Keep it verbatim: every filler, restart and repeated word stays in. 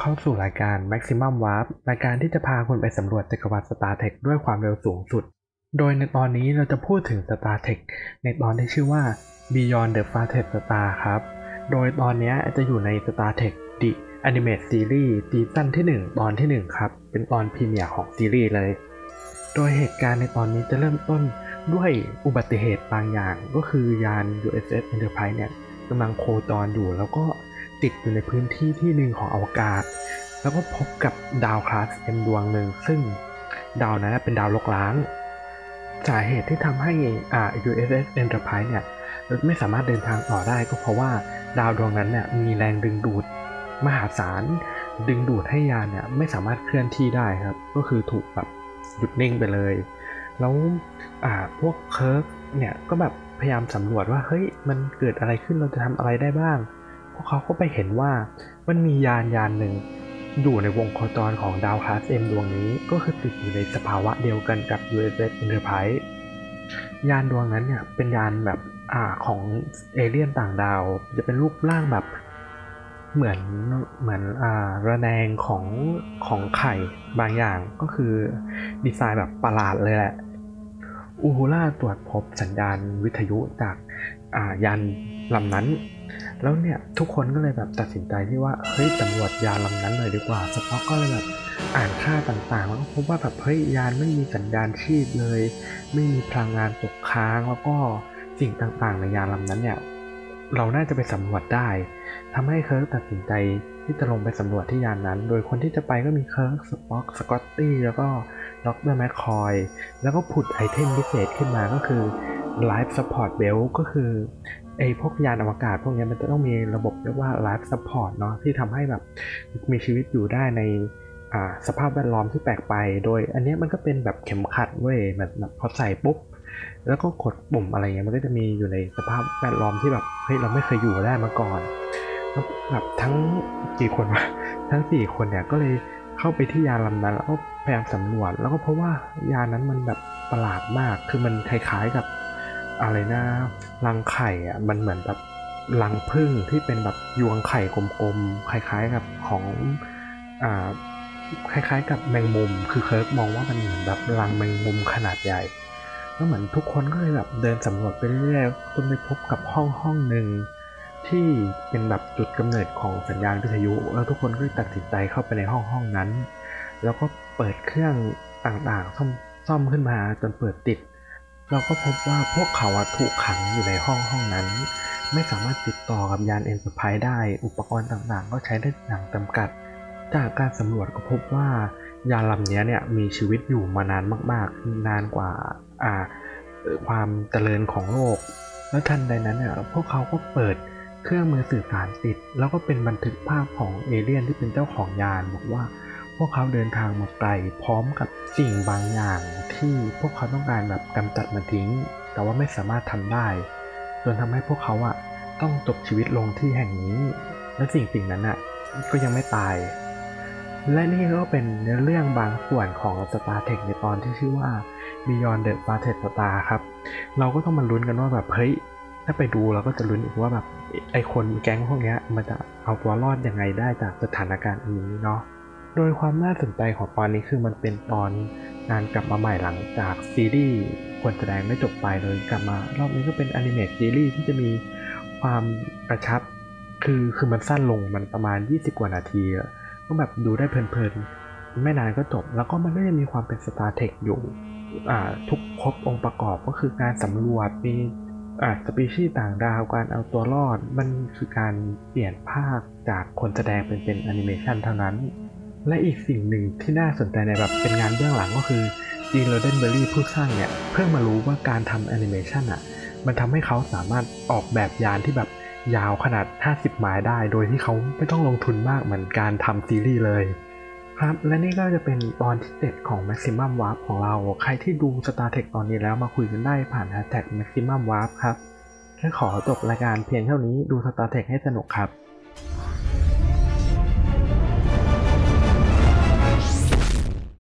เข้าสู่รายการ Maximum Warp รายการที่จะพาคุณไปสำรวจจักรวรรดิ Star Trek ด้วยความเร็วสูงสุด โดยในตอนนี้เราจะพูดถึง Star Trek ในตอนที่ชื่อว่า Beyond the Farthest Star ครับ โดยตอนนี้จะอยู่ใน Star Trek The Animated Series ซีซั่นที่หนึ่งตอนที่หนึ่งครับ เป็นตอนพรีเมียร์ของซีรีส์เลย โดยเหตุการณ์ในตอนนี้จะเริ่มต้นด้วยอุบัติเหตุบางอย่างก็คือยาน ยู เอส เอส Enterprise เนี่ยกำลังโคจรอยู่แล้วก็ติดอยู่ในพื้นที่ที่หนึ่งของอวกาศแล้วก็พบกับดาวคลาส M ดวงหนึ่งซึ่งดาวนั้นเป็นดาวรกร้างสาเหตุที่ทำให้อ่า ยู เอส เอส Enterprise เนี่ยไม่สามารถเดินทางต่อได้ก็เพราะว่าดาวดวงนั้นเนี่ยมีแรงดึงดูดมหาศาลดึงดูดให้ยานเนี่ยไม่สามารถเคลื่อนที่ได้ครับก็คือถูกแบบหยุดนิ่งไปเลยแล้วอ่าพวกเคิร์กเนี่ยก็แบบพยายามสำรวจว่าเฮ้ยมันเกิดอะไรขึ้นเราจะทำอะไรได้บ้างพวกเขาก็ไปเห็นว่ามันมียานยานหนึ่งอยู่ในวงโคจรของดาวคลาส M ดวงนี้ก็คือติดอยู่ในสภาวะเดียวกันกับ ยู เอส เอส Enterprise ยานดวงนั้นเนี่ยเป็นยานแบบอ่าของเอเลี่ยนต่างดาวจะเป็นรูปร่างแบบเหมือนเหมือนอ่าระแนงของของไข่บางอย่างก็คือดีไซน์แบบประหลาดเลยแหละอูฮูล่าตรวจพบสัญญาณวิทยุจากอ่ายานลำนั้นแล้วเนี่ยทุกคนก็เลยแบบตัดสินใจที่ว่าเฮ้ยสำรวจยานลำนั้นเลยดีกว่าสป็อกก็เลยแบบอ่านค่าต่างๆแล้วก็พบว่าแบบเฮ้ยยานไม่มีสัญญาณชีพเลยไม่มีพลังงานตกค้างแล้วก็สิ่งต่างๆในยานลำนั้นเนี่ยเราน่าจะไปสำรวจได้ทำให้เคิร์กตัดสินใจที่จะลงไปสำรวจที่ยานนั้นโดยคนที่จะไปก็มีเคิร์กสป็อกสกอตตี้แล้วก็ดรแมคคอยแล้วก็ผุดไอเทมพิเศษขึ้นมาก็คือ Life Support Belt ก็คือไอพวกยานอวกาศพวกนี้มันจะต้องมีระบบเรียกว่า Life Support เนาะที่ทำให้แบบมีชีวิตอยู่ได้ในอ่าสภาพแวดล้อมที่แปลกไปโดยอันนี้มันก็เป็นแบบเข็มขัดเว้ยแบบแบบพอใส่ปุ๊บแล้วก็กดปุ่มอะไรเงี้ยมันก็จะมีอยู่ในสภาพแวดล้อมที่แบบเฮ้ยเราไม่เคยอยู่ได้มาก่อนแล้วแบบทั้งกี่คนวะทั้งสี่คนเนี่ยก็เลยเข้าไปที่ยานลำนั้นแล้วก็พยายามสำรวจแล้วก็เพราะว่ายานนั้นมันแบบประหลาดมากคือมันคล้ายๆกับอะไรนะรังไข่อ่ะมันเหมือนแบบรังผึ้งที่เป็นแบบยวงไข่กลมๆคล้ายๆกับของอ่าคล้ายๆกับแมงมุมคือเคิร์กมองว่ามันเหมือนแบบรังแมงมุมขนาดใหญ่แล้วเหมือนทุกคนก็เลยแบบเดินสำรวจไปเรื่อยๆจนไปพบกับห้องห้องหนึ่งที่เป็นแบบจุดกำเนิดของสัญญาณวิทยุแล้วทุกคนก็ตัดสินใจเข้าไปในห้องห้องนั้นแล้วก็เปิดเครื่องต่างๆซ่อมซ่อมขึ้นมาจนเปิดติดเราก็พบว่าพวกเขาถูกขังอยู่ในห้องห้องนั้นไม่สามารถติดต่อกับยาน Enterprise ได้อุปกรณ์ต่างๆก็ใช้ได้อย่างจำกัดจากการสำรวจก็พบว่ายานลำนี้เนี่ยมีชีวิตอยู่มานานมากๆนานกว่าอ่าความเจริญของโลกแล้วทันใดนั้นเนี่ยพวกเขาก็เปิดเครื่องมือสื่อสารติดแล้วก็เป็นบันทึกภาพของเอเลี่ยนที่เป็นเจ้าของยานบอกว่าพวกเขาเดินทางมาไกลพร้อมกับสิ่งบางอย่างที่พวกเขาต้องการแบบกำจัดมันทิ้งแต่ว่าไม่สามารถทำได้จนทำให้พวกเขาอ่ะต้องจบชีวิตลงที่แห่งนี้และสิ่งสิ่งนั้นอ่ะก็ยังไม่ตายและนี่ก็เป็นเนื้อเรื่องบางส่วนของ Star Trek ในตอนที่ชื่อว่า Beyond the Farthest Star ครับเราก็ต้องมาลุ้นกันว่าแบบเฮ้ยถ้าไปดูเราก็จะลุ้นอีกว่าแบบไอคนแก๊งพวกนี้มันจะเอาตัวรอดยังไงได้จากสถานการณ์นี้เนาะโดยความน่าสนใจของตอนนี้คือมันเป็นตอนการกลับมาใหม่หลังจากซีรีส์คนแสดงได้จบไปเลยกลับมารอบนี้ก็เป็นอนิเมตซีรีส์ที่จะมีความกระชับคือคือมันสั้นลงมันประมาณยี่สิบกว่านาทีก็แบบดูได้เพลินๆไม่นานก็จบแล้วก็มันก็ยังมีความเป็น Star Trek อยู่อ่าทุกครบองค์ประกอบก็คือการสำรวจมีอ่าสปีชีส์ต่างดาวการเอาตัวรอดมันคือการเปลี่ยนภาคจากคนแสดงเป็นเป็นแอนิเมชันเท่านั้นและอีกสิ่งหนึ่งที่น่าสนใจในแบบเป็นงานเบื้องหลังก็คือจีนโรเดนเบอรี่ผู้สร้างเนี่ยเพิ่งมารู้ว่าการทำแอนิเมชันอ่ะมันทำให้เขาสามารถออกแบบยานที่แบบยาวขนาดห้าสิบไมล์ได้โดยที่เขาไม่ต้องลงทุนมากเหมือนการทำซีรีส์เลยครับและนี่ก็จะเป็นตอนที่เจ็ดของ Maximum Warp ของเราใครที่ดู Star Trek ตอนนี้แล้วมาคุยกันได้ผ่าน แฮชแท็ก Maximum Warp ครับแค่ขอจบรายการเพียงเท่านี้ดู Star Trek ให้สนุกครับ